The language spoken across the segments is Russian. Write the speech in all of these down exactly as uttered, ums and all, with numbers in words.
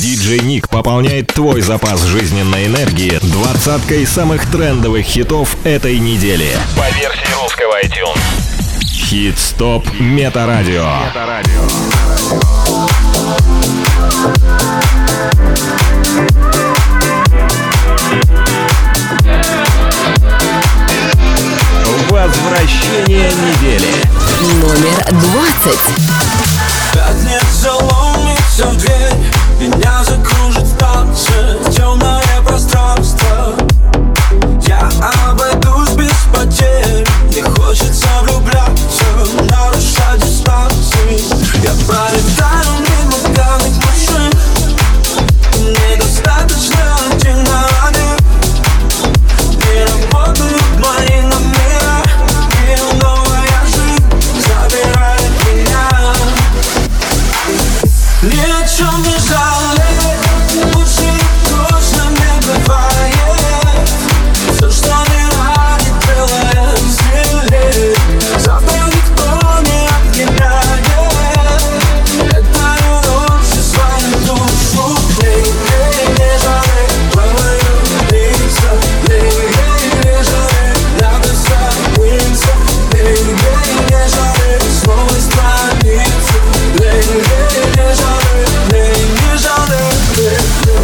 диджей Ник пополняет твой запас жизненной энергии двадцаткой самых трендовых хитов этой недели. По версии русского iTunes. Хит-стоп Метарадио. Возвращение недели. Номер двадцать. Пятница ломится в дверь, меня закружит в танце темное пространство. Я обойдусь без потерь, не хочется влюбляться, нарушать дистанции. Я пролетаю мимо пьяных машин, недостаточно один на один. Не работают мои номера, и новая жизнь забирает меня. Ни о чем не жалею, лучше точно не бывает. Все, что не ранит, делает сильнее. Завтра никто не отменяет. Это лучше свою душу. Лей, лей, не жалей, плаваю лица. Лей, лей, не жалей, надо забыться. Лей, лей, не жалей, снова страницы. Лей, лей, не жалей, лей, не жалей, лей, лей.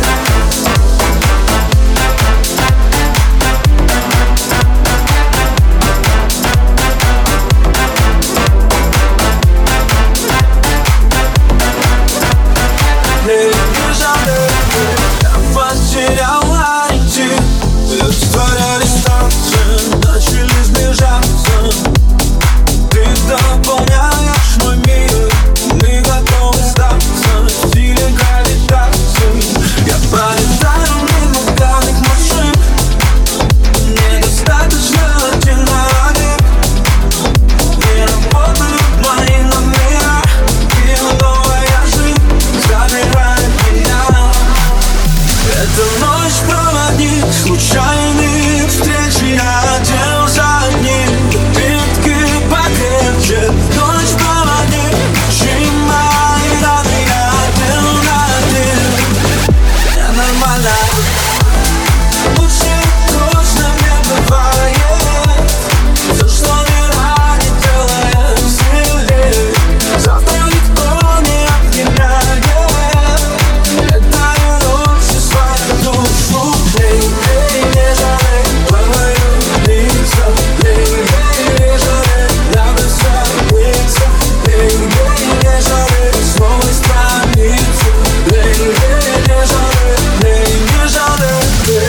Я потерял ориентир, растворялись танцы, начали сближаться. Ты дополняешь мой мир, мы готовы сдаться в стиле гравитации. Я пролетаю мимо пьяных машин, недостаточно один на один. Не работают мои номера, и новая жизнь забирает меня. Это ночь проводник, случайные встречи, я одел за одним, битки покрепче. Ночь проводник, чьи мои раны, я одел на один. Я нормально, лучше точно не бывает. Все, что не ранит, делает сильнее. Завтра никто не отменяет. Это лучше свою душу. Лей, лей, не жалей, плаваю лица. Лей, лей, не жалей, надо забыться. Лей, лей, не жалей, снова страницы. Лей, лей, не жалей, лей, не жалей, лей.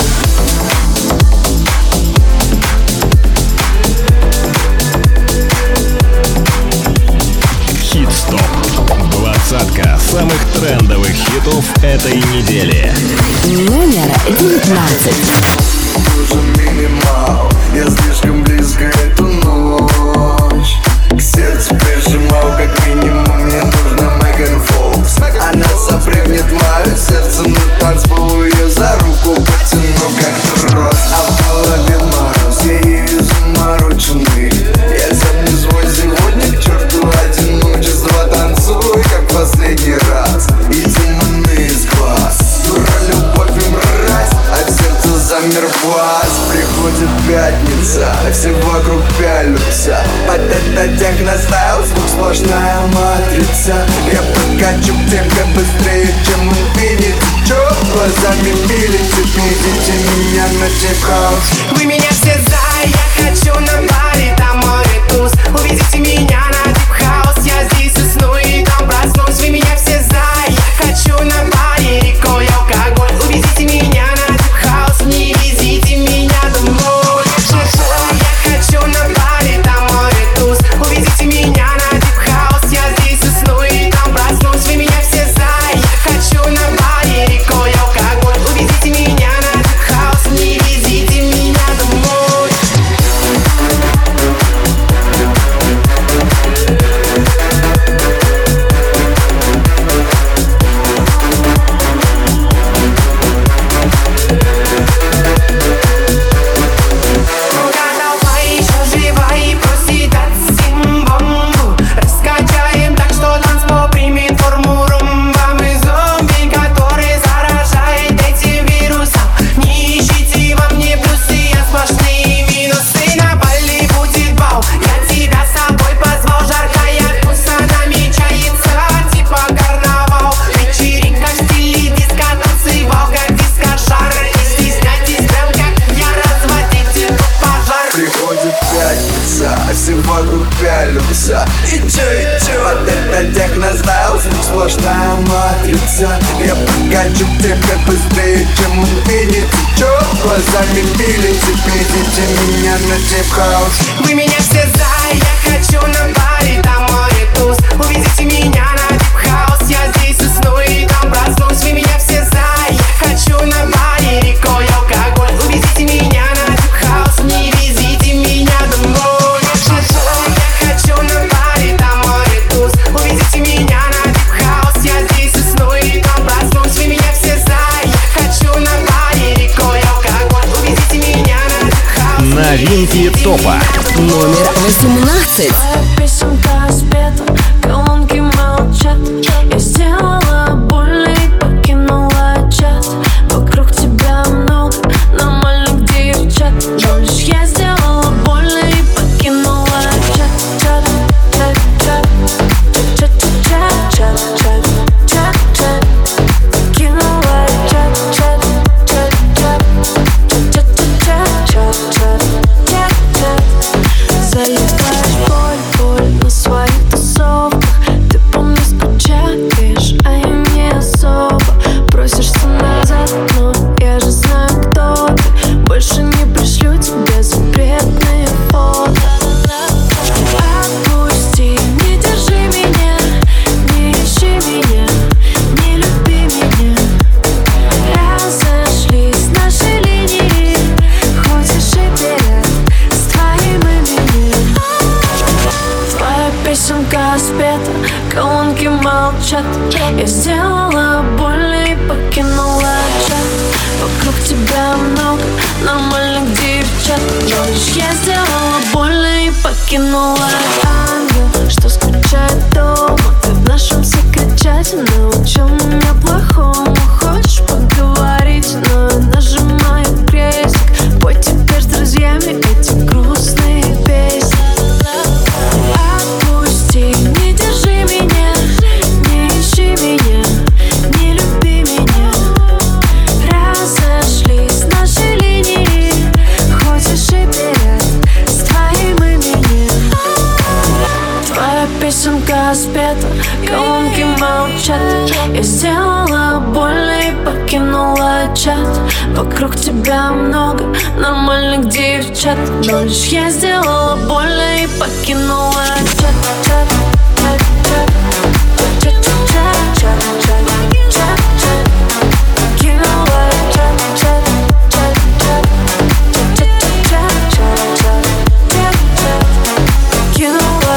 Хит-стоп. Двадцатка самых трендовых хитов этой недели. Номер девятнадцать. Нужен минимал, я слишком близко эту ночь. К сердцу прижимал, как минимум мне нужно Меган Фокс. Она запрыгнет в мое сердце на танцпол, ее за руку потяну, как трос. А в голове мороз, я ею замороченный. Я запню свой сегодня к черту один, ну часа танцуй, как в последний раз. Иди на низ глаз, дура любовь и мразь, от сердца замер бас. Приходит пятница, все вокруг пялются. Под это техностайл, звук сплошная матрица. Я подкачу к тебе быстрее, чем Infinity. Чё глазами пилите, видите меня на техаус. Вы меня все за, я хочу на баре, там море туз. Увидите меня на дип-хаус, я здесь усну и там проснусь. Вы меня все за, я хочу на баре, рекой алкоголь. Увидите меня на дип-хаус, не везите меня домой. Я хочу на баре, там море туз. Увидите меня на дип-хаус, я здесь усну и там проснусь. Вы меня все за, я хочу на баре, рекой алкоголь. Увидите меня на дип-хаус, не везите меня домой. нравится. Я покажу тебе быстрее, чем инфинити. Чё глазами пилите, видите меня на дип-хаус. Вы меня все за, я хочу на баре, там море туз. Увидите меня на дип-хаус, я здесь усну и там проснусь. Вы меня все за, я хочу на баре, рекой алкоголь. Увидите меня на дип-хаус, не везите меня домой. Я хочу на баре, там море туз. Увидите меня на дип-хаус, я здесь усну и там проснусь. Вы меня все за, я хочу на баре, рекой алкоголь. Увидите меня на дип-хаус. Новинки топа. Номер восемнадцать. Песенка спета, колонки молчат. Я сделала больно и покинула чат. Вокруг тебя много нормальных девчат, но лишь я сделала больно и покинула чат. Чат, чат, чат, чат, чат, чат, чат, чат, чат, покинула чат, чат, чат, чат, чат, чат, чат, чат, чат, чат. Заливаешь боль, боль на своих тусовках. Ты по мне скучаешь, а я не особо. Просишься назад, но я же знаю, кто ты. Больше не пришлю тебе запретные фото. Отпусти, не держи меня, не ищи меня, не люби меня. Разошлись наши линии, хочешь и вперед с твоим именем. Твоя песенка спета, колонки молчат. Я сделала больно и покинула чат. Вокруг тебя много нормальных девчат, но лишь я сделала больно и покинула. Ангел, что скучает дома, ты в нашем секрет-чате научил меня плохому. Хочешь поговорить, но я нажимаю крестик. Пой теперь с друзьями эти грустные песни. Отпусти, не держи меня, не ищи меня, не люби меня. Разошлись наши линии, хочешь и вперед с твоим именем. Твоя песенка спета, колонки молчат. Я сделала больно и покинула чат. Вокруг тебя много нормальных девчат, но лишь я сделала больно и покинула чат. Чат, чат, чат, чат, чат, чат, чат, чат, чат, покинула чат, чат, чат, чат, чат, чат, чат, чат, чат, чат, покинула.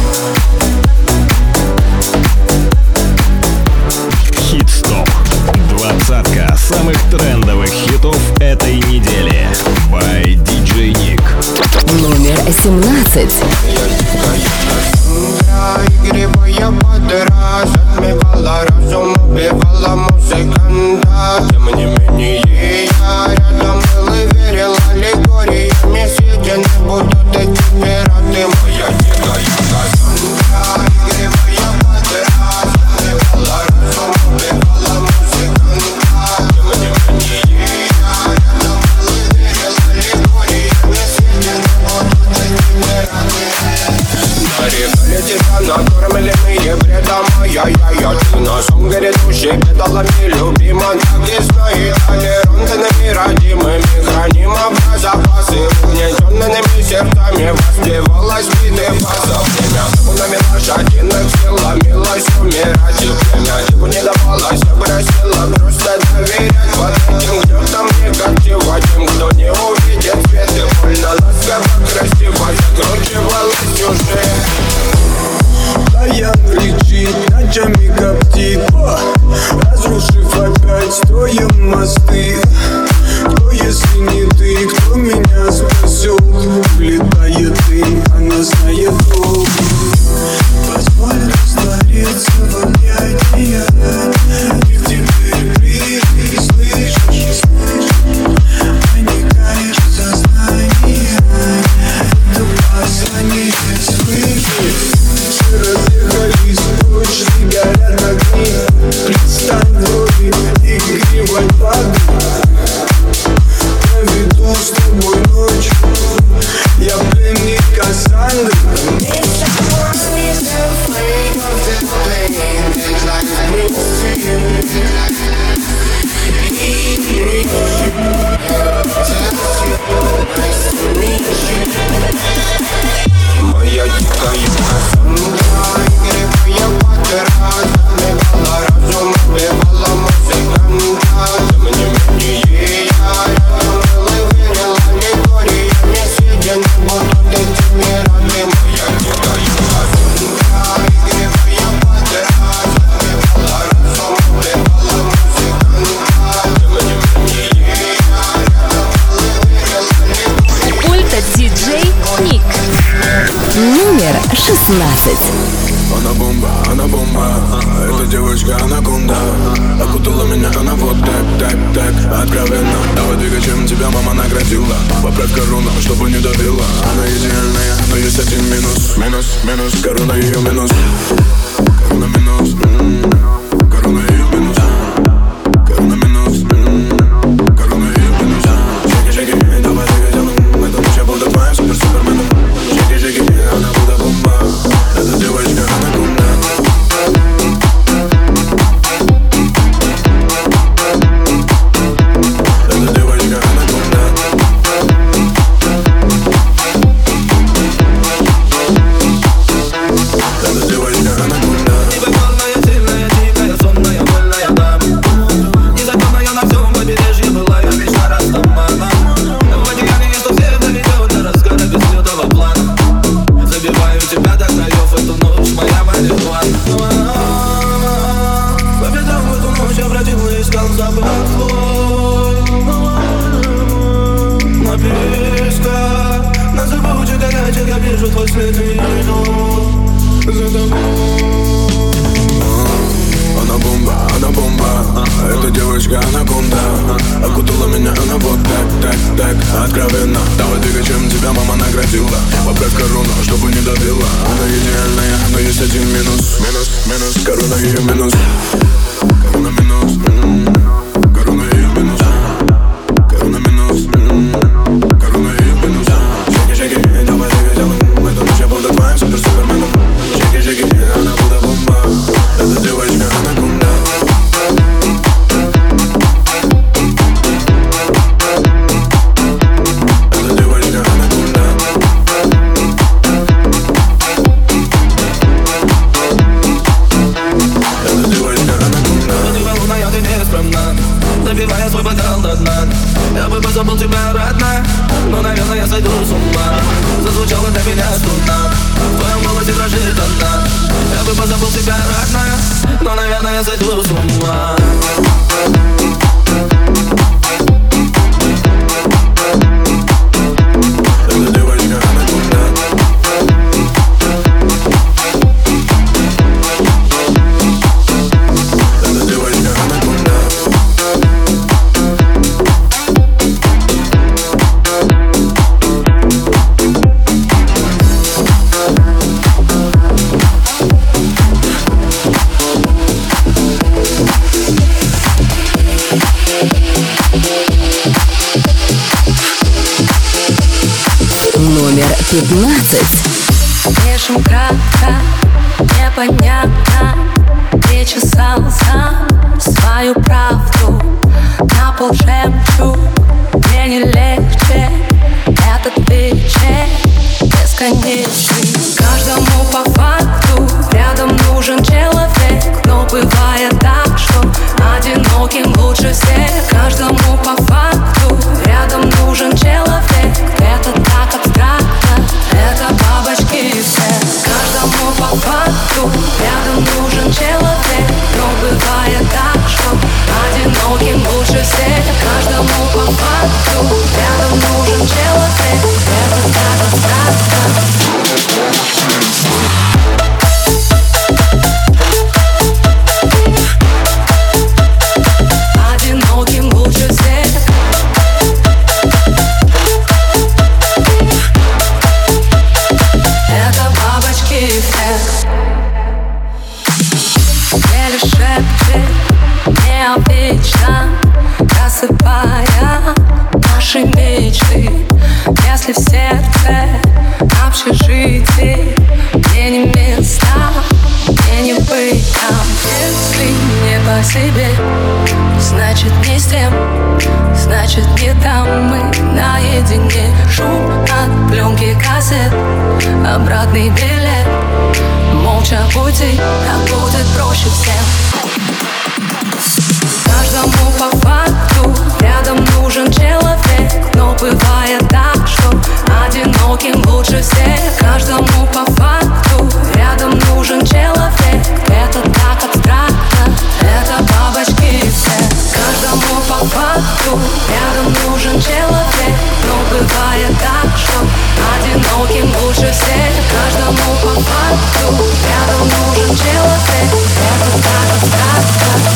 Хит-стоп. Двадцатка самых трендовых хитов этой недели. By ди джей Nick. Номер семнадцать. Игривая подра затмевала разум, убивала музыканта. Тем не менее я рядом был и верил аллегориями. Сидя не будут эти пираты. Моя дикая Кассандра. Игривая подра затмевала разум, убивала музыканта. Тем не менее я рядом был и верил аллегориями. Сидя не будут эти пираты. Нарекали тебя, накормили мы бредом. Ай-яй-яй, ты носом грядущий педалами любима. Так и знает толерантными родимыми. Храним запасы угнетенными сердцами. Воспевалась биты фаза. Время табунами лошадиных силомилась умирать. И время типу не давалось, просила просто доверять. Вот этим гнетом негатива, тем, кто не увидит свет. И больно ласково, красиво закручивалась уже. Баян кричит, ночами коптит, разрушив опять, строим мосты. Кто, если не ты, кто меня спасет? Улетает ты, она знает толк. Позволь раствориться в объятиях. восемнадцать. Она бомба, она бомба, эта девочка анаконда. Окутала меня она вот так, так, так, откровенно. Давай двигай, чем тебя мама наградила. Поправь корону, чтобы не давила. Она идеальная, но есть один минус. Минус, минус, корона ее минус. Корона минус, м-м. Корона ее минус. Корона минус, м-м. Корона ее минус. Шаги, шаги, давай двигай, делаем. Эта ночь я буду твоим супер-суперменом. Шаги, шаги, она будет бомба. Эта девочка анаконда. Эта девочка анаконда. Эта девочка анаконда. Непокорная, сильная, тихая, сонная, больная дама. Незаконная на всем побережье была я мечта Растамана. В одеянии, что всех доведет до раската без следового плана. Забиваю тебя до краев эту ночь, моя марихуана. По пятам в эту ночь я бродил и искал запах твой. На песках, на забуде горячих я вижу твой след и иду за тобой. Она бомба, она бомба, эта девочка анаконда. Окутала меня она вот так, так, так, откровенно. Давай двигай, чем тебя мама наградила. Поправь корону, чтобы не давила. Она идеальная, но есть один минус. Минус, минус, корона ее минус. Корона минус, м-м. Корона ее минус. Корона минус, м-м. Корона ее минус. Шаги, шаги, давай двигай, делаем. Эта ночь я буду твоим супер-суперменом. Шаги, шаги, она будет бомба. Эта девочка анаконда. Эта девочка анаконда. Эта девочка анаконда. Ты волна, ты нескромна, допивая свой бокал до дна. Я бы позабыл тебя, родная, но, наверное, я сойду с ума. Зазвучала для меня струна, в твоем голосе дрожит она. Я бы позабыл тебя, родная, но, наверное, я сойду с ума. Эта девочка анаконда. Эта девочка анаконда. Номер пятнадцать. Пишем кратко, непонятно. Причесал сам свою правду. На пол жемчуг, мне не легче. Этот вечер бесконечный. Каждому по факту рядом нужен человек. Но бывает так, что одиноким лучше всех. Каждому по факту рядом нужен человек. Это так абстрактно, это бабочки и все. Каждому по факту рядом нужен человек. Но бывает так, что одиноким лучше всех. Каждому по факту рядом нужен человек. Это так абстрактно. Одиноким лучше всех. Это бабочки эффект. Еле шепчет необычно, просыпая наши мечты. Если в сердце общежитие, мне не места, мне не быть там. Если не по себе, значит не с тем, значит не там. Мы наедине, шум от пленки кассет, обратный билет. Молча уйти, так будет проще всем. Каждому по факту рядом нужен человек. Но бывает так, что одиноким лучше всех. Каждому по факту рядом нужен человек. Это так абстрактно, это бабочки и все. Каждому по факту рядом нужен человек. Но бывает так, что одиноким лучше всех. Каждому по факту году. Рядом нужен человек, это так страшно.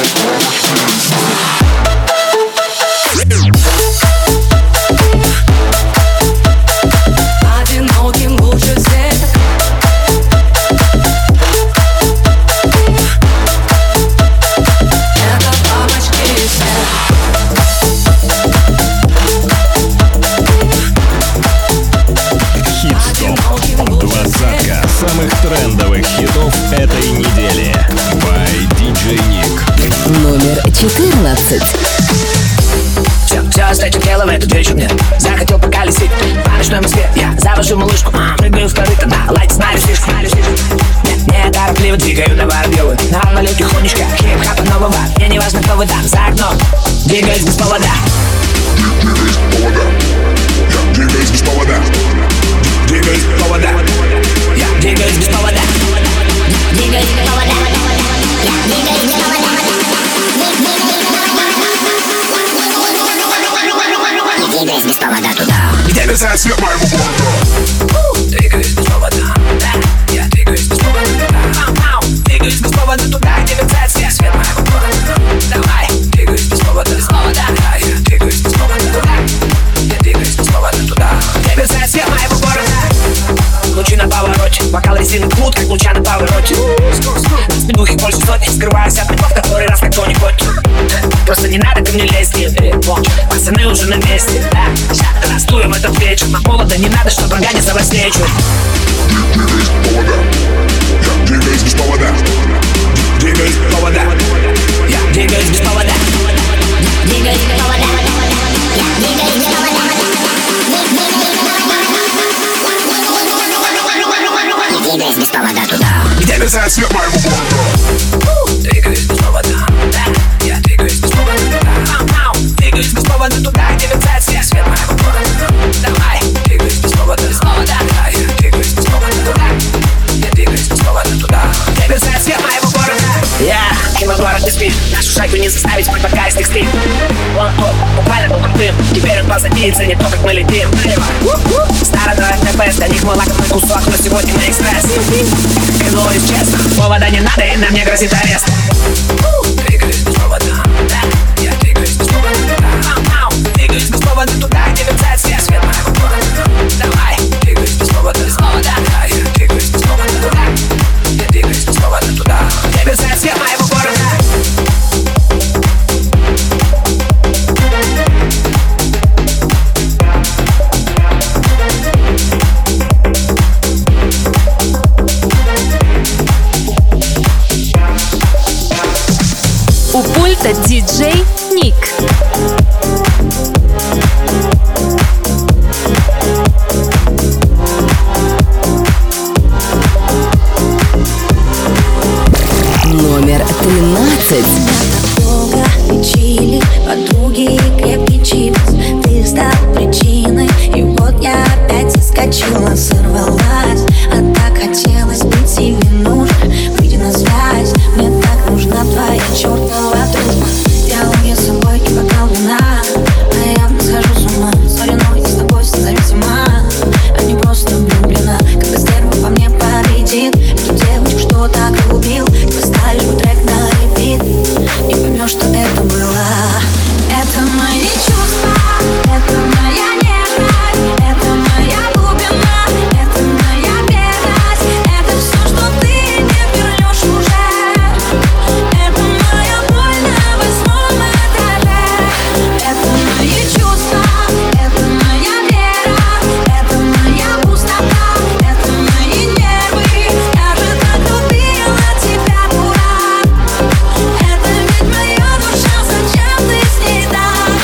Одиноким лучше всех. Это бабочки и свет. Хит-стоп. Двадцатка самых трендовых хитов этой недели. By ди джей Nick. Номер четырнадцать. Все, все, с этим делом эту вечер мне захотел поколесить по ночной Москве. Я завожу малышку, а, прыгаю в корыто, на лайте смотрю слишком. Не, не торопливо двигаю на Воробьёвы, на налёте хонечка, хип-хапа нового. Мне не важно, кто вы там за окном, двигаюсь без повода. Двигаюсь без повода. Двигаюсь без повода. Я двигаюсь без повода. Двигаюсь без повода. Я двигаюсь без повода. Двигаюсь без повода туда, где мерцает свет моего города. Двигаюсь без повода, да. Я двигаюсь без повода туда. Двигаюсь без повода туда, где мерцает свет свет моего города. Давай, двигаюсь без повода, без повода. Да, я двигаюсь без повода туда. Я двигаюсь без повода туда, где мерцает свет моего города. Лучи на повороте, бокал резины плут, как луча на повороте. На спину их больше сотни, скрываюсь от ментов, который раз как кто-нибудь. Просто не надо ко мне лезть, пацаны уже на месте, да. Растуем этот вечер, на молодо не надо, чтоб врага не завоснечу. Двигаюсь без повода. Двигаюсь без повода. Я двигаюсь без повода. Двигаюсь без повода. Я двигаюсь без повода. Двигаюсь без повода туда, где мерцает свет моего города. Двигаюсь без повода, да. Я двигаюсь без повода туда. Двигаюсь без повода туда, где мерцает свет свет моего города. Давай, двигаюсь без повода, без повода. Да, я двигаюсь без повода туда. Я двигаюсь без повода туда, где мерцает свет моего города. Я, его город не спит, нашу шайку не заставить спать, пока есть экстрим. Он, он, буквально был крутым, теперь он позади и ценит то, как мы летим. Старый эр тэ пэ, для них мой лакомый кусок, но сегодня мы экспресс. Клянусь честно, повода не надо, и нам не грозит арест. Двигаюсь без повода, да. Я двигаюсь без повода туда. Двигаюсь без повода туда, где мерцает свет свет моего города. Давай, двигаюсь без повода, без повода. Да, я двигаюсь без повода туда. Я двигаюсь без повода туда, где мерцает свет моего города. У пульта ди джей Nick. Номер тринадцать. Долго лечили подруги и крепкий чипс. Ты стал причиной, и вот я опять соскочила, сорвалась. А так хотелось быть тебе нужно. Выйди на связь, мне так нужна твоя чертова дружба. Диалоги с собой и бокал вина, а я схожу с ума. Сори, но я с тобой созависима, а не просто влюблена. Когда стерва по мне победит, эту девочку, что так любил, ты поставишь мой трек на репит и поймешь, что это было. Это мои чувства, это моя нежность, это моя глубина, это моя бедность, это все, что ты не вернешь уже. Это моя боль на восьмом этаже. Это мои чувства, это моя вера, это моя пустота, это мои нервы. Я же так любила тебя, дурак. Это ведь моя душа, зачем ты с ней так?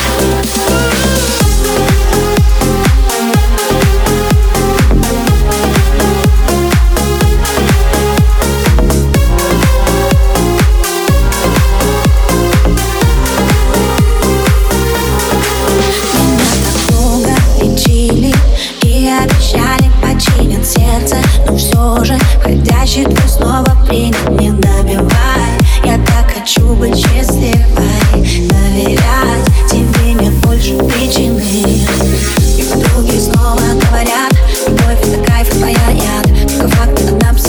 Меня так долго лечили и обещали починят сердце, но все же входящий твой снова принят. Не добивай, я так хочу быть счастливой, доверять тебе нет больше причины. И подруги снова говорят, любовь это кайф, твоя яд. Только факт, одна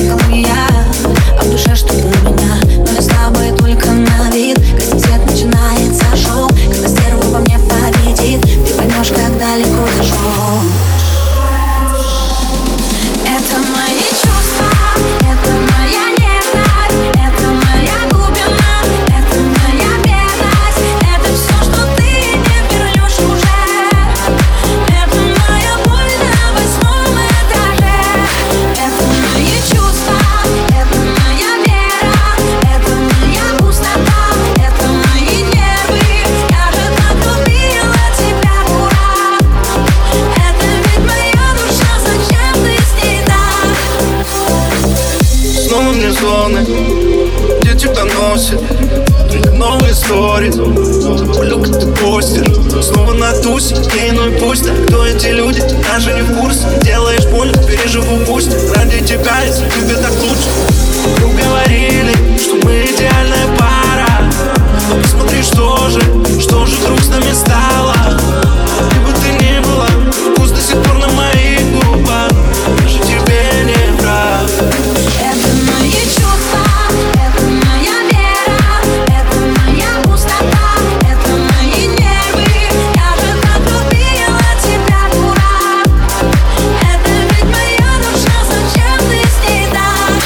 сторис. Люк, ты постишь снова на тусе. Ей, ну и пусть, кто эти люди, даже не в курсе. Делаешь больно, переживу пусть. Ради тебя, если тебе так лучше. Ну говорили, что мы идеальная пара. Но посмотри, что же, что же вдруг с нами стало. Где бы ты ни была, вкус до сих пор на моих губах. Даже тебе не прав. Это мои чувства, это моя вера, это моя пустота, это мои нервы. Я же так любила тебя, дурак. Это ведь моя душа, зачем ты с ней так?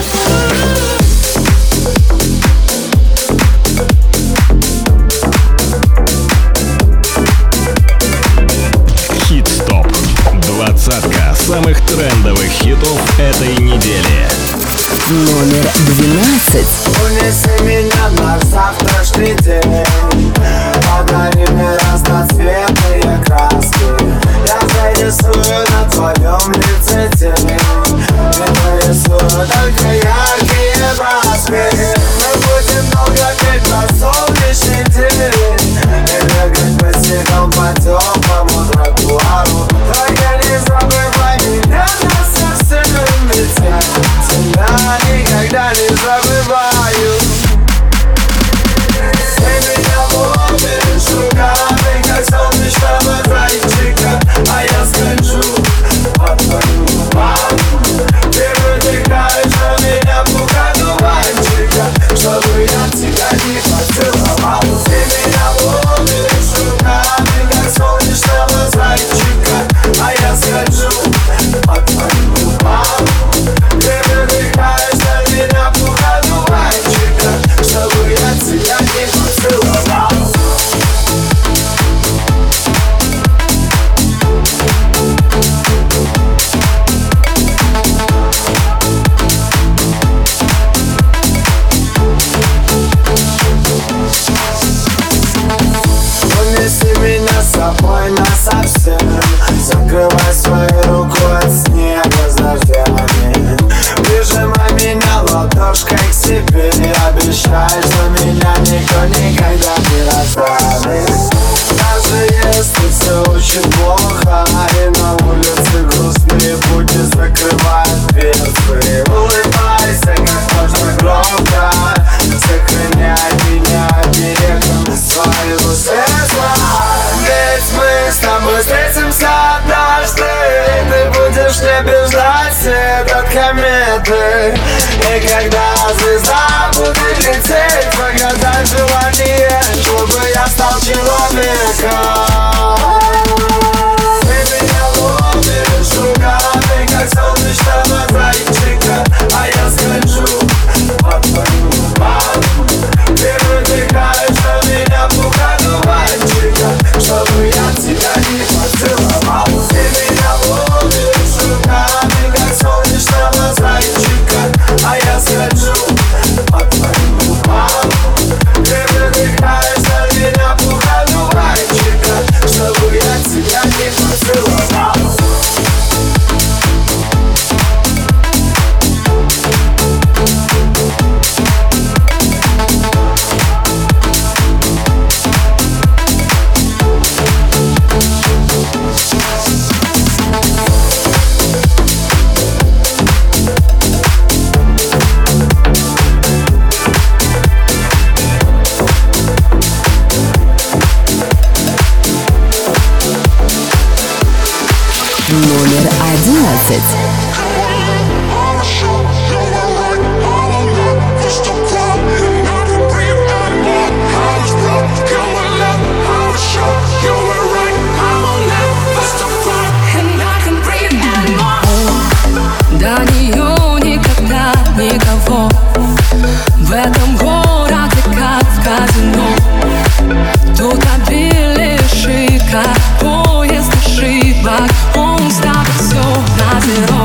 Хит-стоп. Двадцатка самых трендовых хитов этой недели. Номер двенадцать. Унеси меня на завтрашний день. Подари мне разноцветные краски. Я зарисую на твоем лице тень. Я нарисую только яркие краски. Мы будем долго петь на солнечный день и бегать по снегам по теплому тротуару. Только не забывай меня на собственном лице. Тебя никогда не забываю. Ты меня ловишь руками, как солнечного зайчика, а я скольжу по твоим губам. Ты выдыхаешь на меня пуха дуванчика, чтобы я тебя не поцеловал. Ты меня ловишь руками, как солнечного зайчика, а я скольжу по твоим губам. Ты выдыхаешь на меня пуха дуванчика, чтобы я тебя не поцеловал. Унеси меня с собой насовсем. Закрывай своей рукой от снега с дождями. Прижимай меня ладошкой к себе и обещай, что меня никто никогда не расставит. Даже если все очень плохо и на улице грустные будни закрывают дверцы, улыбайся как можно громко, сохраняй меня оберегом своего сердца. Ведь мы с тобой встретимся однажды, ты будешь не бежать свет от кометы. И когда звезда будет лететь, погадай желание, чтобы я стал человеком. Ты меня ловишь руками, как солнечного зайчика, а я скольжу по твоим губам. Ты выдыхаешь на меня пуха дуванчика, чтобы я тебя не поцеловал. Ты меня ловишь руками, как солнечного зайчика, а я скольжу по твоим губам. Ты выдыхаешь на меня пуха дуванчика, чтобы я тебя не поцеловал. Номер одиннадцать. До нее никогда никого в этом городе, как в казино. Тут обилие шика, поезд ошибок. Он ставит все на зеро.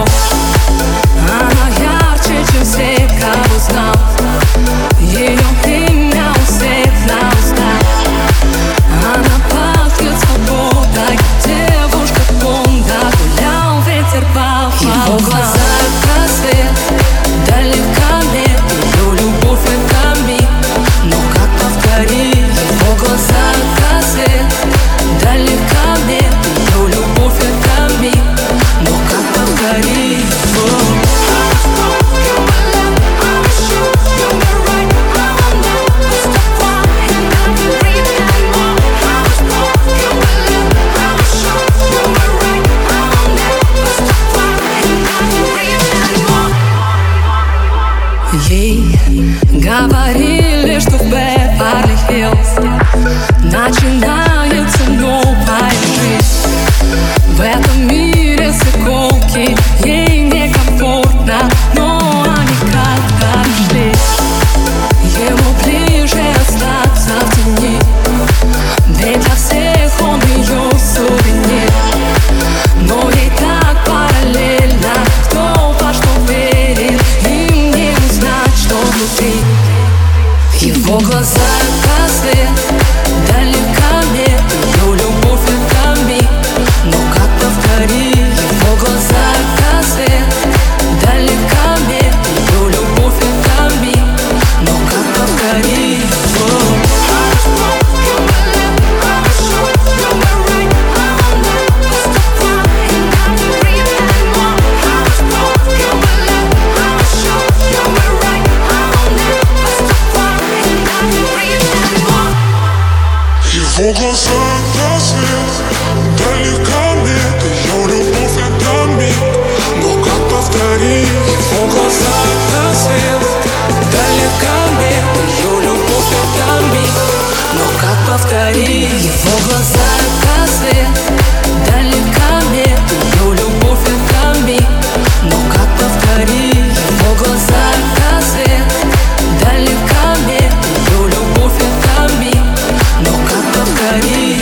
Его глаза это свет, далека нет, ее любовь это миг, но как повторить? Его глаза это свет, далека нет, ее любовь это миг, но как повторить? Его глаза это свет, далека нет, ее любовь это миг, но как повторить? Его глаза это свет, далека нет, ее любовь это миг, но как повторить?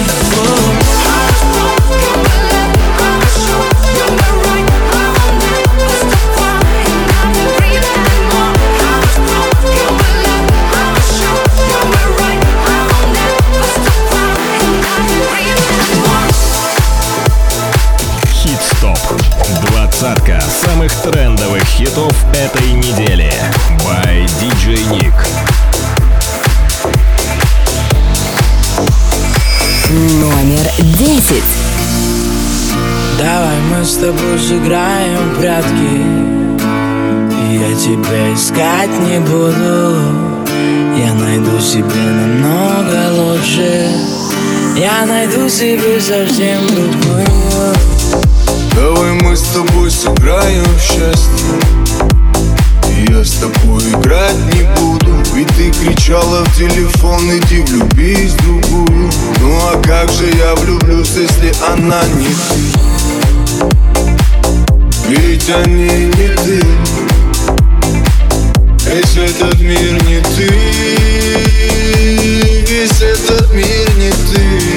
Хит-стоп. Двадцатка самых трендовых хитов этой недели. By ди джей Nick. Номер десять. Давай мы с тобой сыграем в прятки, я тебя искать не буду, я найду себе намного лучше, я найду себе совсем другую. Давай мы с тобой сыграем в счастье, я с тобой играть не буду, ведь ты кричала в телефон: иди влюбись в другую. Ну а как же я влюблюсь, если она не ты? Ведь они не ты, весь этот мир не ты, весь этот мир не ты.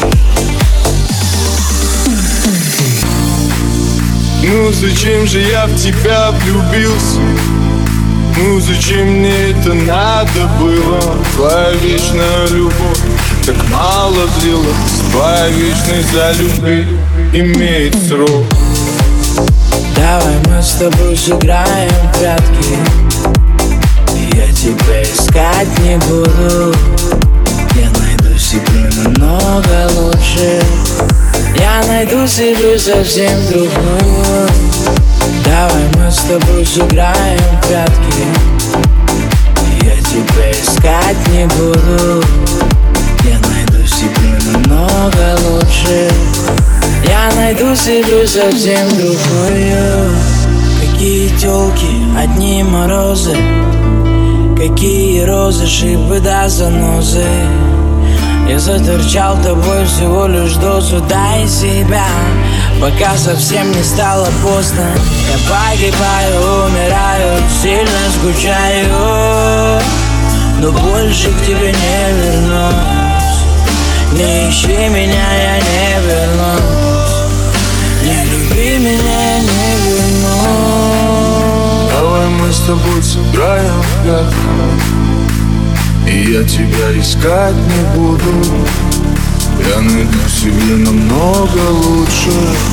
Ну зачем же я в тебя влюбился? Ну зачем мне это надо было? Твоя вечная любовь так мало длилась, твоя вечность за любви имеет срок. Давай мы с тобой сыграем в прятки, я тебя искать не буду, я найду себе намного лучше, я найду себе совсем другую. Давай мы с тобой сыграем в прятки, я тебя искать не буду, я найду себе намного лучше, я найду себе совсем другую. Какие тёлки, одни морозы, какие розы, шипы да занозы. Я заторчал тобой всего лишь дозу, дай себя, пока совсем не стало поздно. Я погибаю, умираю, сильно скучаю, но больше к тебе не вернусь. Не ищи меня, я не вернусь, не люби меня, я не вернусь. Давай мы с тобой сыграем в прятки, и я тебя искать не буду, я найду себе намного лучше.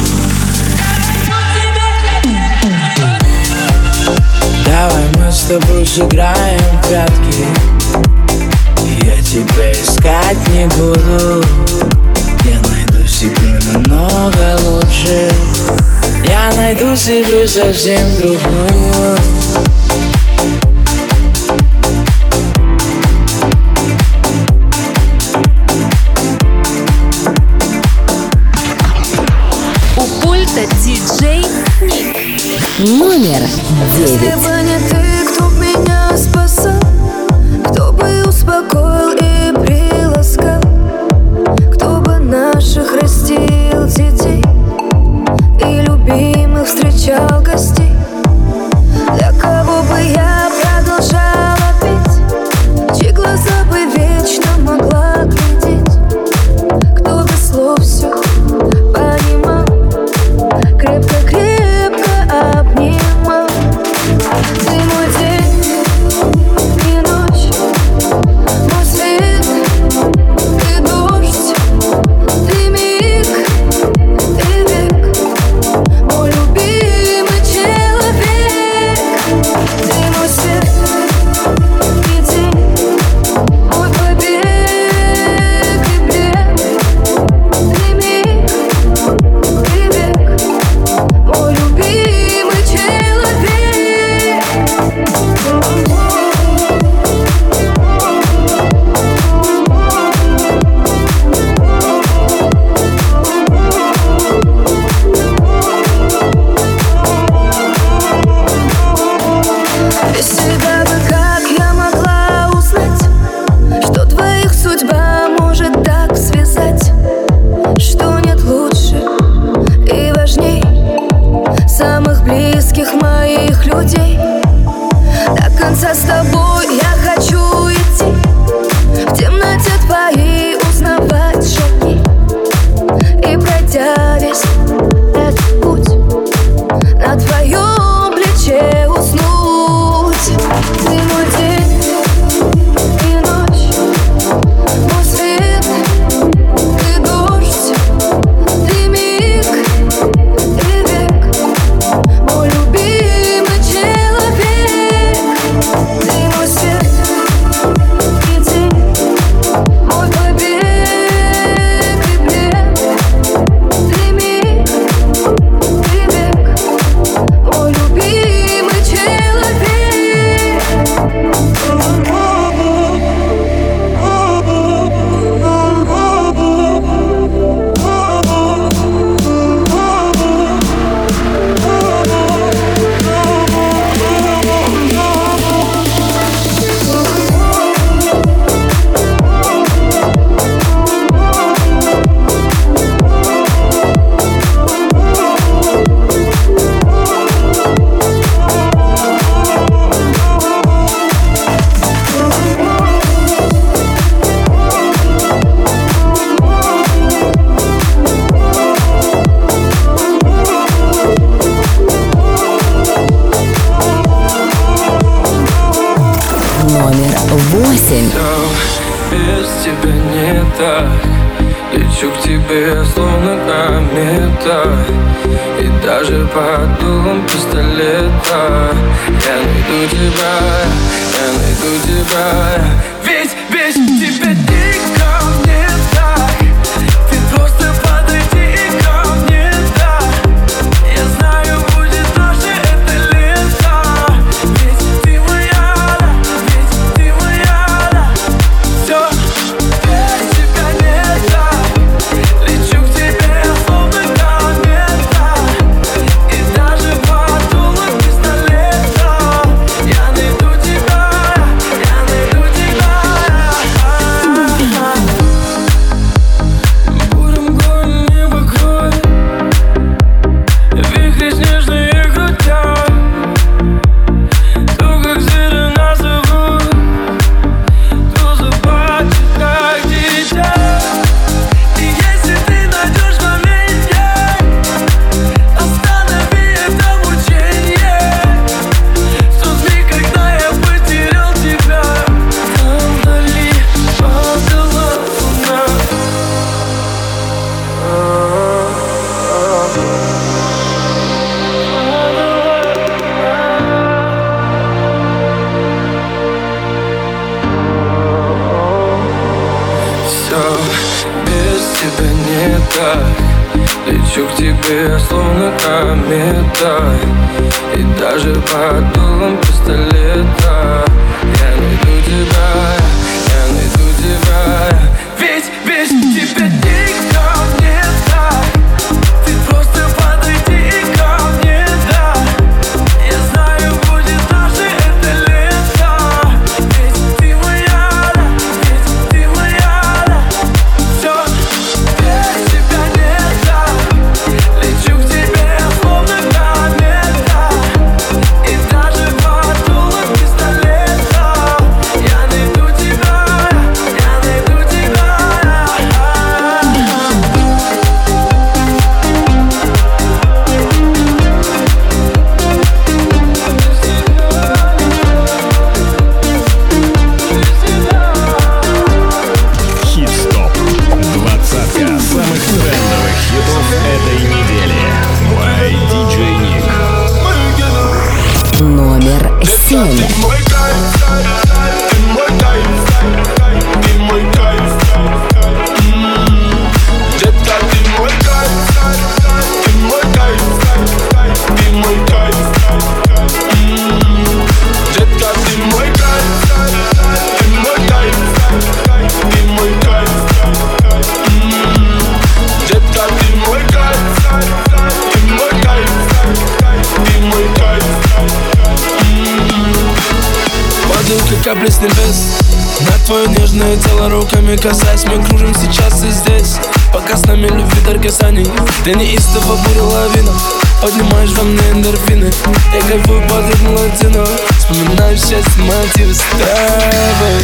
Давай мы с тобой сыграем в прятки, я тебя искать не буду, я найду себе намного лучше, я найду себе совсем другую. Диджей Ник. Номер девять. Если бы не ты, кто б меня спасал, кто бы успокоил и приласкал, кто бы наших растил детей и любимых встречал гостей, для кого бы я продолжала петь, чьи глаза бы вечно могла глядеть, кто без слов все понимал, крепко-крепко обнимал. без тебя не так. Лечу к тебе, словно комета, и даже под дулом пистолета я найду тебя, я найду тебя. Ведь без тебя дико мне так. Ты просто подойди ко мне, да. Я знаю, будет наше это лето. Ведь ты моя, да, ведь ты моя, да. Все без тебя не так. Лечу к тебе, словно комета, и даже под дулом пистолета я найду тебя, я найду тебя. Бурым горн небо кровь, вихри снежные крутят. То, как звери нас зовут, то заплачет, как дитя. И если ты найдешь в моменте, останови это мучение. В тот миг, когда я потерял тебя, там вдали падала луна. Все без тебя не так. Лечу к тебе, словно комета, и даже под дулом пистолета я найду тебя, я найду тебя. Ведь без тебя дико мне так. Ты просто подойди ко мне, да. Я знаю, будет наше это лето. Ведь ты моя, да, ведь ты моя, да. Все без тебя не так. Лечу к тебе, словно комета, и даже под дулом пистолета я найду тебя, я найду тебя. Хит-стоп. Двадцатка самых трендовых хитов этой недели. By ди джей Ник. Номер семь. Мой кайф, ты мой кайф, ты мой кайф. М, Детка, ты мой кайф, ты мой кайф, ты мой кайф. М, Детка, ты мой кайф, ты мой кайф, ты мой кайф. М, Детка, ты мой кайф, ты мой кайф, ты мой кайф. Падают как капли с небес на твое нежное тело, руками касаясь. Мы кружим сейчас и здесь, пока с нами любви дар касаний. Ты неистово буря лавина, поднимаешь во мне эндорфины. Я кайфую под ритм латино, вспоминаю счастье, мотивы с тобой,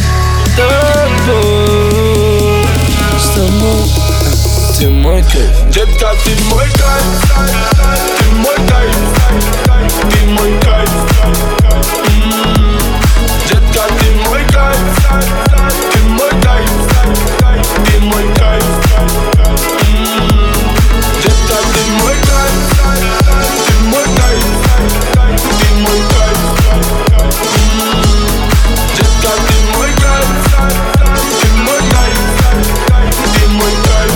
тобой. С тобой, ты мой кайф. Детка, ты мой кайф, ты мой кайф, ты мой кайф. М, Детка, ты мой кайф, ты мой кайф, ты мой кайф. М, Детка, ты мой кайф, ты мой кайф, ты мой кайф. М, Детка, ты мой кайф, ты мой кайф, ты мой кайф.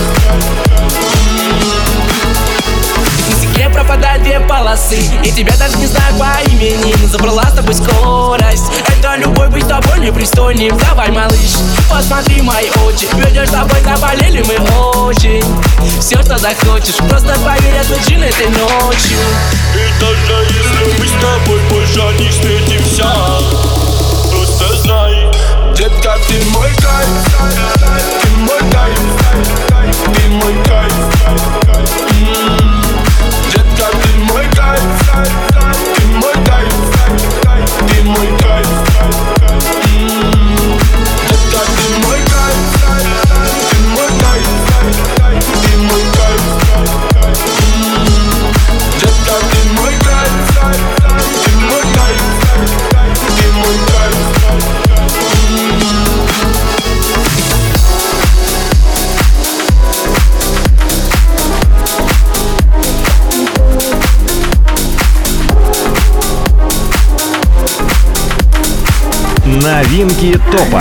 На стекле пропадают две полосы, и тебя даже не знаю по имени. Забрала с тобой скорость, это любовь, быть с тобой непристойным. Давай, малыш, посмотри мои очи, ведешь с тобой, заболели мы очень. Все, что захочешь, просто поверь, отвечу этой ночью. И даже если мы с тобой больше не встретимся, просто знай, детка, ты мой кайф, ты мой кайф, ты мой кайф. М, Детка, ты мой кайф, ты мой кайф, ты мой кайф. М, Детка, ты мой кайф, ты мой кайф, ты мой кайф. М, Детка, ты мой кайф, ты мой кайф, ты мой кайф. Новинки топа.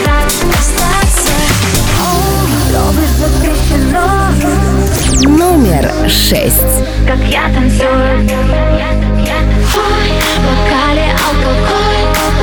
Номер шесть. Как я танцую, ой, в бокале алкоголь,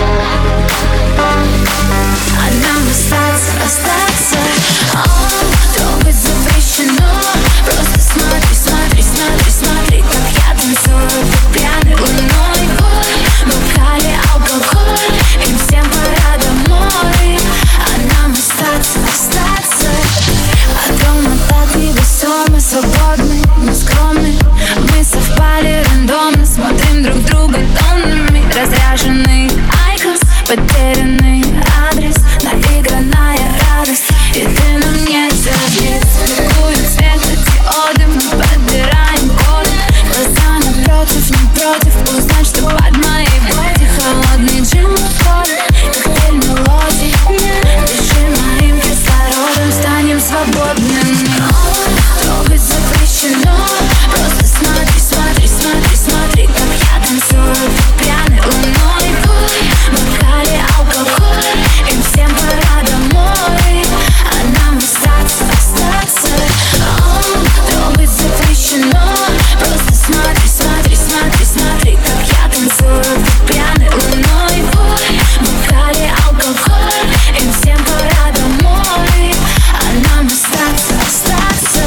а нам остаться, остаться, о, трогать запрещено. Просто смотри, смотри, смотри, смотри, как я танцую под пьяной луной, ой, в бокале алкоголь, им всем пора домой, а нам остаться, остаться. А дома так невесомо, свободны, но скромны. Мы совпали рандомно, смотрим друг друга тоннами. Разряженный айкос, потерянный адрес, наигранная радость. И ты на мне забит, целует свет диоды. Мы подбираем коды, глаза напротив, не против узнать, что под моей боди холодный джин входит, коктейль мелодий. Дыши моим кислородом, станем свободными. Трогать запрещено. Просто смотри, смотри, смотри, смотри, как я танцую под пьяной луной, ой, в бокале алкоголь, им всем пора домой, а нам остаться, остаться. Трогать запрещено. Просто смотри, смотри, смотри, смотри, как я танцую под пьяной луной, ой, в бокале алкоголь, им всем пора домой, а нам остаться, остаться.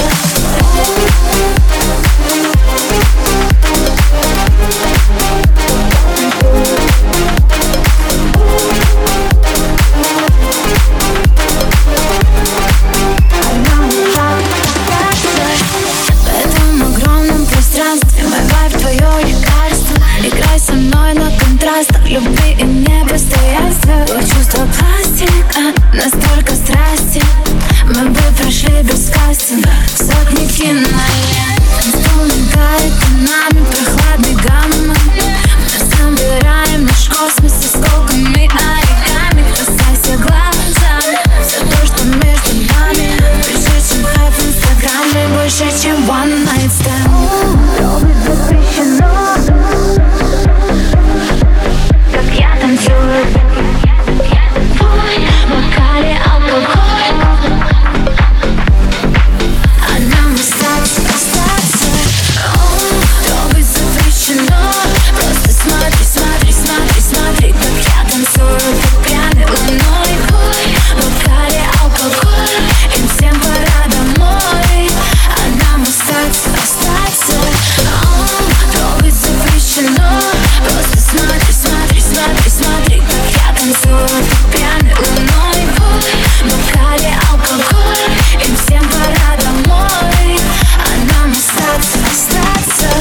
В этом огромном пространстве мой вайб, твое лекарство. Играй со мной на контрастах любви и непостоянства. Твое чувство пластика, настолько страсти. Мы бы прошли без кастинга сотни кинолент. Танцпол мигает тонами прохладной гаммы. Мы собираем наш космос осколками оригами. Касайся глазами все то, что между нами. Больше, чем хайп в инстаграме, больше, чем one night stand. Трогать запрещено. Как я танцую, ой, в бокале алкоголь, а нам остаться, остаться. Трогать запрещено. Просто смотри, смотри, смотри, смотри, как я танцую под пьяной луной, ой, в бокале алкоголь, им всем пора домой, а нам остаться, остаться. Трогать запрещено. Просто смотри, смотри, смотри, смотри, как я танцую под пьяной луной, ой, в бокале алкоголь, им всем пора домой, а нам остаться, остаться.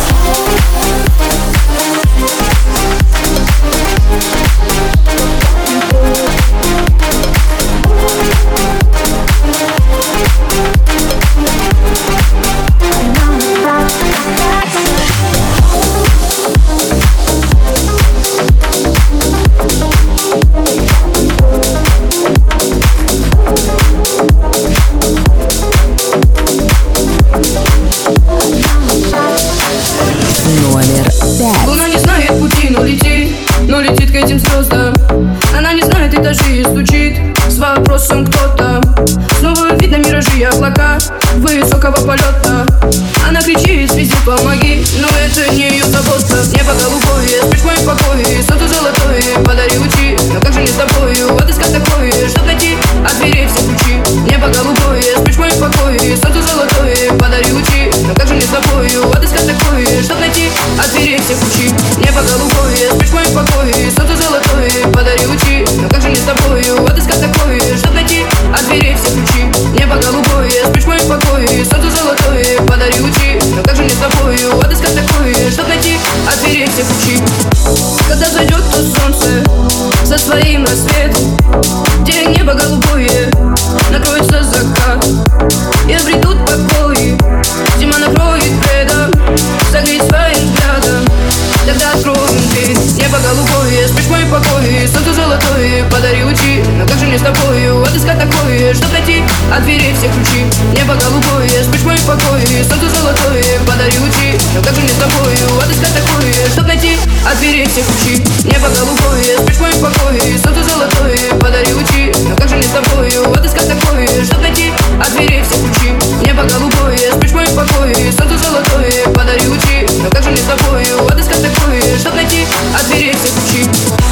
Номер пять. Луна не знает пути, но летит, но летит к этим звездам. Она не знает этажей и стучит с вопросом кто-то. Снова видно миражи и облака высокого полета. Она кричит, везде помоги, но это не ее забота. Небо голубое, спишь в моем покое, солнце золотое, подари лучи, но как же не с тобою отыскать такое, чтоб найти от дверей все ключи. Небо голубое, спишь в моем покое, солнце золотое, подари лучи, но как же не с тобою отыскать такое, чтоб найти от дверей все ключи. Небо голубое, спишь в моем покое, солнце золотое, подари лучи, но как же не с тобою отыскать такое, чтоб найти от дверей все ключи. Небо голубое, спишь в моем покое, солнце золотое, подари лучи, но как же не с тобою отыскать такое, чтоб найти от дверей все ключи. Когда зайдет то солнце, отыскать такое, чтоб найти от дверей все ключи. Небо голубое, спишь в моем покое, солнце золотое, подари лучи. Но как же мне с тобою отыскать такое, чтоб найти от дверей все ключи. Небо голубое, спишь в моем покое, солнце золотое, подари лучи. Но как же мне с тобою отыскать такое, чтоб найти от дверей все ключи. Небо голубое, спишь в моем покое, солнце золотое, подари лучи. Но как же мне с тобою отыскать такое, чтоб найти от дверей все ключи.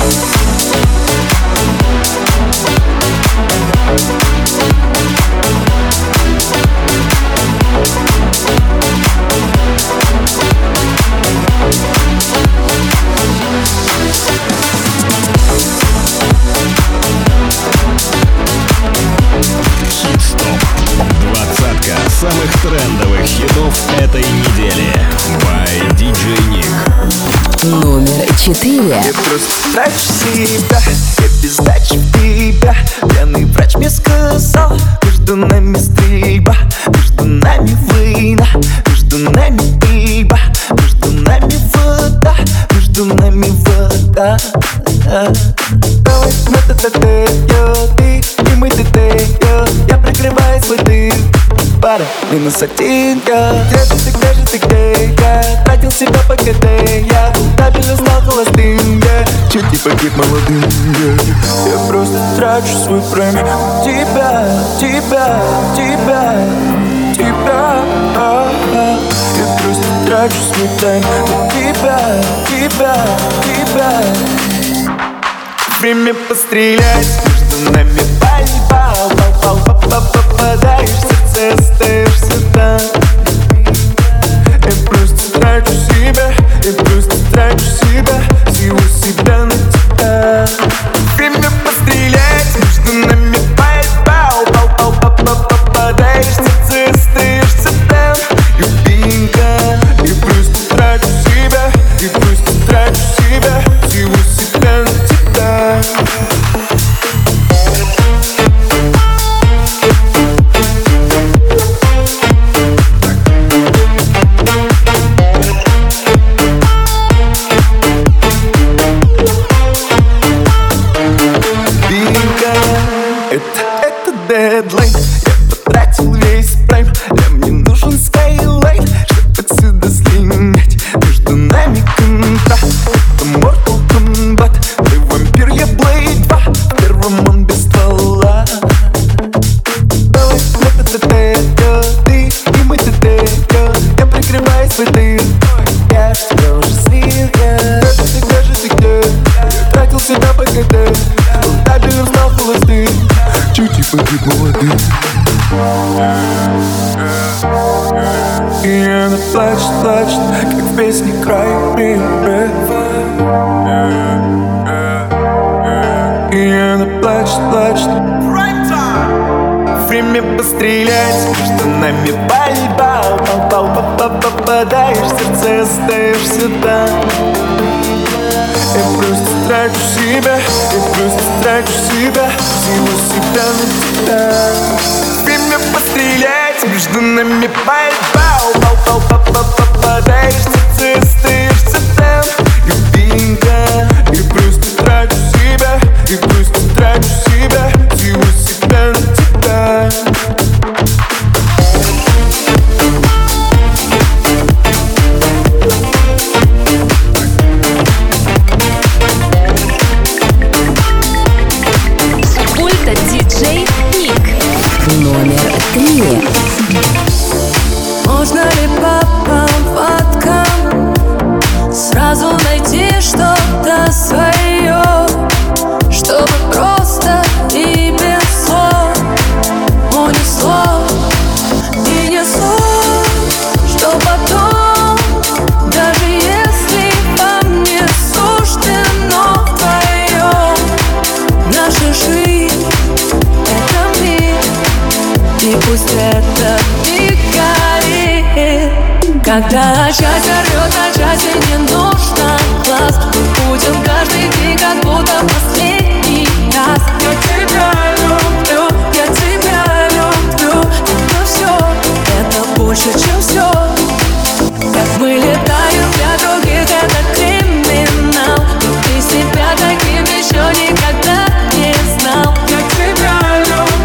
Самых трендовых хитов этой недели. By ди джей Nick. Номер четыре. Я просто трачу себя, я без дачи в тебя. Пьяный врач мне сказал, между нами стрельба, между нами война, между нами пиба, между нами вода, между нами вода. Давай мы т-т-т, ты и мы т-т, я прикрываю свой дым. Пара, минус один, я где же ты, где же ты, где я тратил себя по КД, я даже не знал холостым, я чуть не погиб молодым, я, я просто трачу свой прайм. Тебя, тебя, тебя, тебя, а, а. Я просто трачу свой тайм. Тебя, тебя, тебя. Время пострелять, между нами пальба, пал, пал, пал, попадаешь в сердце, остаешься там. Я просто трачу себя, я просто трачу себя, всего себя на тебя. Время пострелять, между нами пальба, пал, пал, пал, пал, попадаешь в сердце, остаешься там. Любимка, я просто трачу себя, я просто трачу себя, всего себя на тебя. Дедлайн, я потратил весь прайм. Для мне нужен Skyline, чтоб отсюда слинять. Между нами контракт, это Mortal Kombat. Ты вампир, я Blade два, в первом он без ствола. Давай, т-т-т-т, ты и мы т-т, я прикрываю свой дым. Я ж тебя уже слил, я где же ты, где же ты, где? Я тратил себя по КД, даже не узнал холостым, чуть не погиб молодым. И она плачет, плачет, как в песне «Край River». И она плачет, плачет. Время пострелять, между нами пальба, пал, пал, пал, попадаешь в сердце, остаешься там. Я просто трачу себя, я просто трачу себя, всего себя на тебя. Время пострелять, между нами пальба, пал, пал, пал, пал, попадаешь в сердце, остаешься там. Любимка, я просто трачу себя, я просто трачу себя, всего себя на тебя. диджей Nick. Номер три. Можно ли по поводкам сразу найти что-то свое, чтобы просто и без слов унесло и несло, что потом, даже если вам не суждено вдвоем, наша жизнь — это миг, и пусть это не горит. Когда счастье рвет, а счастье не нужно глаз, мы будем каждый день как будто последний раз. Я тебя люблю, я тебя люблю, это все, это больше, чем все. Как мы летаем для других, это криминал, но ты себя таким еще никогда не знал. Я тебя люблю.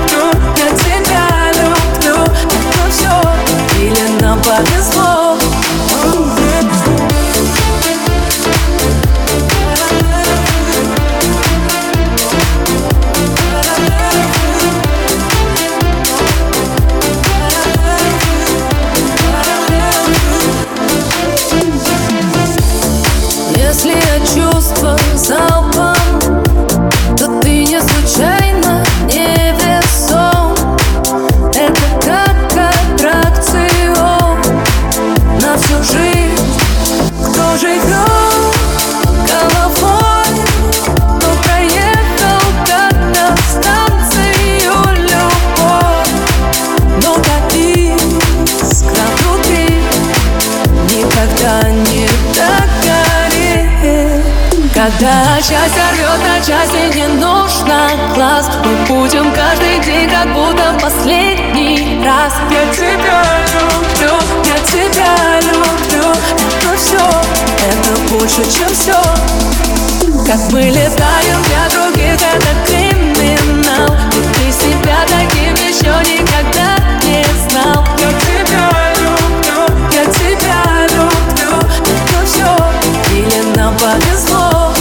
Когда часть орёт на части, не нужно глаз. Мы будем каждый день, как будто последний раз. Я тебя люблю, я тебя люблю. Это все, это больше, чем все. Как мы летаем для других, это криминал. И ты себя таким еще никогда не знал. Я тебя люблю, я тебя люблю. Это все, или нам повезло.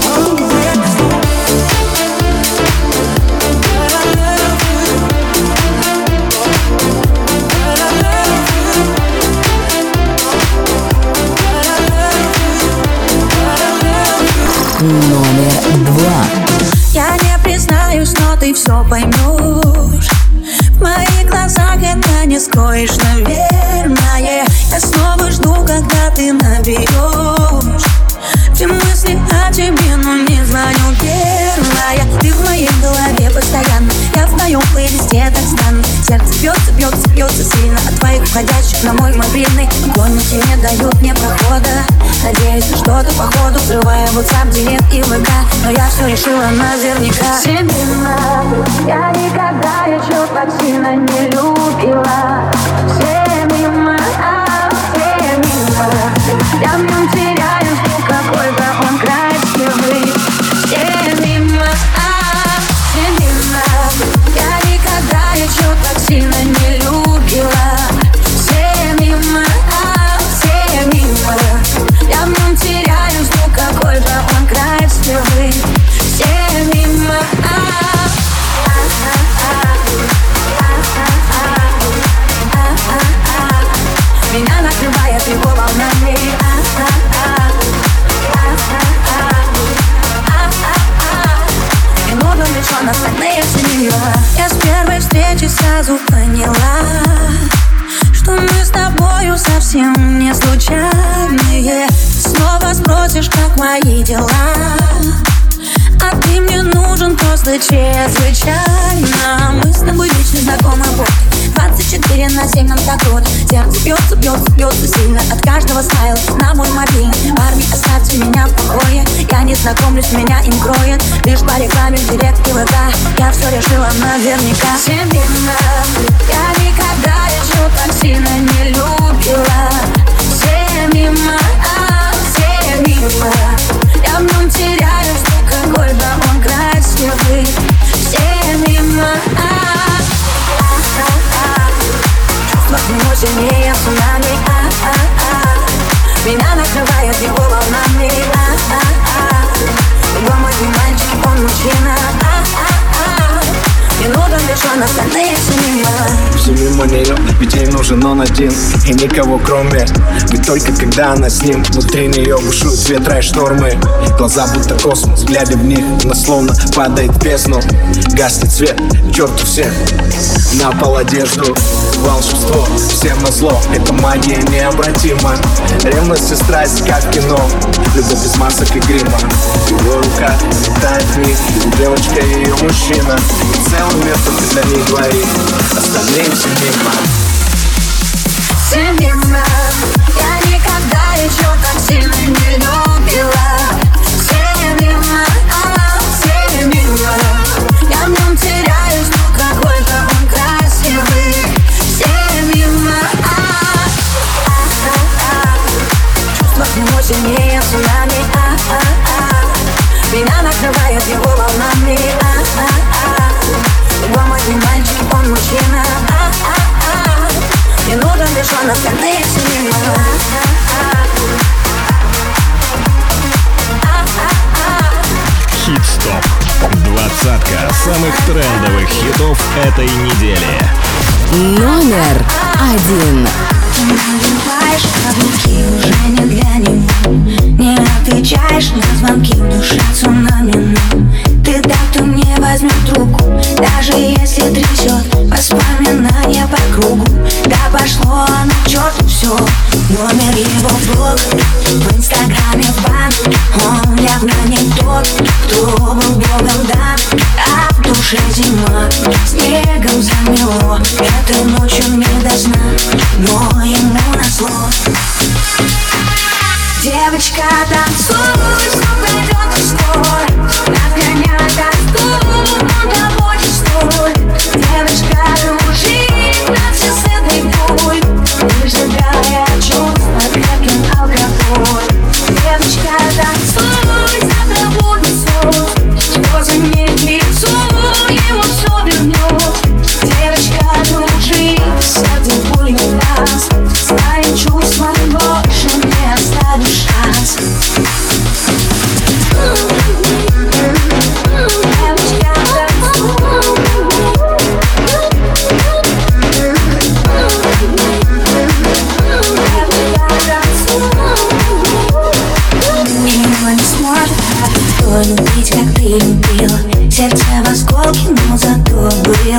Номер два. Я не признаюсь, но ты все поймешь. В моих глазах это не скроешь, наверное. Я снова жду, когда ты наберешь. Все мысли о тебе, но не звоню первая. Ты в моей голове постоянно. Я в твоем плейлисте так странно. Сердце бьется, бьется, бьется сильно от твоих входящих на мой мобильный. Поклонники не дают мне прохода. Надеюсь на что-то походу, взрывая WhatsApp, директ и ВК. Но я все решила наверняка. Семена, я никогда еще так сильно не любила. Все мимо, а все мимо. Я в нем теряюсь, ну какой-то он красивый. Все мимо, а все мимо. Я никогда еще так сильно не любила. Все мимо, а все мимо. Я в нем теряюсь, ну какой же он красивый. Все мимо, меня накрывает его волнами. Не нужно лишь остальные семья. Я с первой встречи сразу поняла, что мы с тобою совсем не случайные. Снова спросишь, как мои дела, а ты мне нужен просто чрезвычайно. Мы с тобой лично знакомы вот двадцать четыре на семь, нам так круто. Сердце бьется, бьется, бьется сильно от каждого стайла на мой мобильный. Парни, оставьте меня в покое. Я не знакомлюсь, меня им кроет лишь по рекламе в директ и ВК. Я все решила наверняка. Семена, я никогда еще так сильно не любила. Все мимо, а все мимо. Я в нем теряюсь, ну какой же он красивый. Все мимо, чувства к нему сильнее цунами. Меня накрывает его волнами. Дома не мальчик, он мужчина. Не нужен лишь он, остальные все мимо. Все мимо нее, ведь ей нужен он один. И никого кроме. Ведь только когда она с ним, внутри нее бушуют ветра и штормы. Глаза будто космос, глядя в них, она словно падает в бездну. Гаснет свет, черту всех, на пол одежду. Волшебство, всем назло, это магия необратима. Ревность и страсть, как в кино, любовь без масок и грима. Его рука летает в них, девочка и ее мужчина. И целый мир только для них двоих, остальные все мимо. Все мимо, я никогда еще так сильно не любила. Все мимо, а все мимо. Я в нем теряюсь, ну какой же он красивый. Все мимо, чувства к нему сильнее цунами. Меня накрывает его волнами. Дома не мальчик, он мужчина. Не нужен лишь он, остальные все мимо. Хит-стоп. Двадцатка самых трендовых хитов этой недели. Номер один. Ты называешь каблуки уже не для него. Не отвечаешь на звонки, в душе цунами. Ты так, кто не возьмет трубку, даже если трясет воспоминания по кругу. Да пошло оно к черту все. Номер его блог, в инстаграме в бан. Он явно не тот, кто был богом дан. А в душе зима, снегом замело. Этой ночью не до сна, но ему назло. Девочка, танцуй, снова идет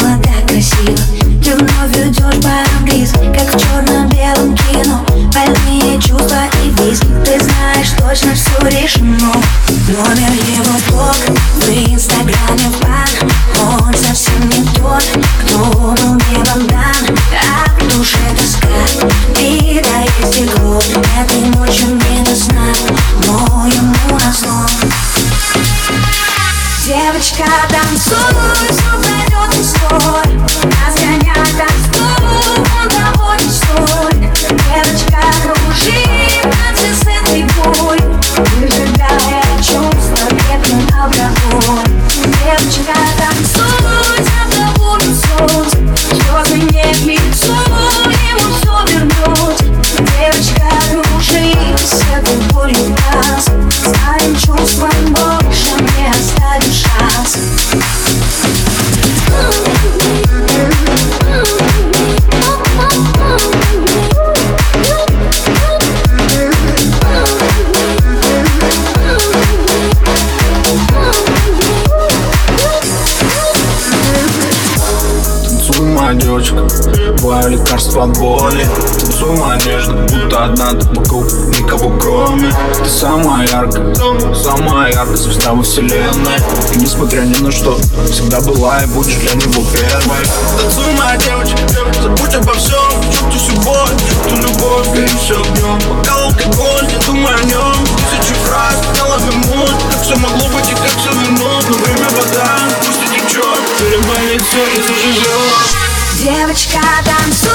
было так красиво. Ты вновь идешь по-английски, как в черно-белом кино. Больные чувства и виски, ты знаешь, точно все решено. Номер его блог в инстаграме в бан. Он совсем не тот, кто был небом дан. А в душе тоска, беда и стекло. Этой ночью не до сна, но ему назло. Девочка, танцуй, все пройдет и стой. Разгоняй танцуй, он того не стоит. Девочка, кружи, танцы с этой бой, выжигая чувства крепким алкоголь. Девочка, танцуй, завтра будет солнце, слезы не к лицу, ему все вернуть. Девочка, кружи, с этой болью нас, своим чувством больше не оставишь шанс. Танцуй, моя девочка, твое лекарство от боли. Танцуй, моя нежно, будто одна ты вокруг, никого кроме. Ты самая яркая, самая яркая звезда во вселенной. И несмотря ни на что, всегда была и будешь для него первой. Танцуй, моя девочка, забудь обо всем, чувствуй всю боль, чувствуй любовь, гори все огнем. Пока алкоголь, не думай о нем. Тысячи фраз, головы муть, как все могло быть и как все вернуть. Но время вода, пусть и течет, переболит все и заживет. Девочка, танцуй.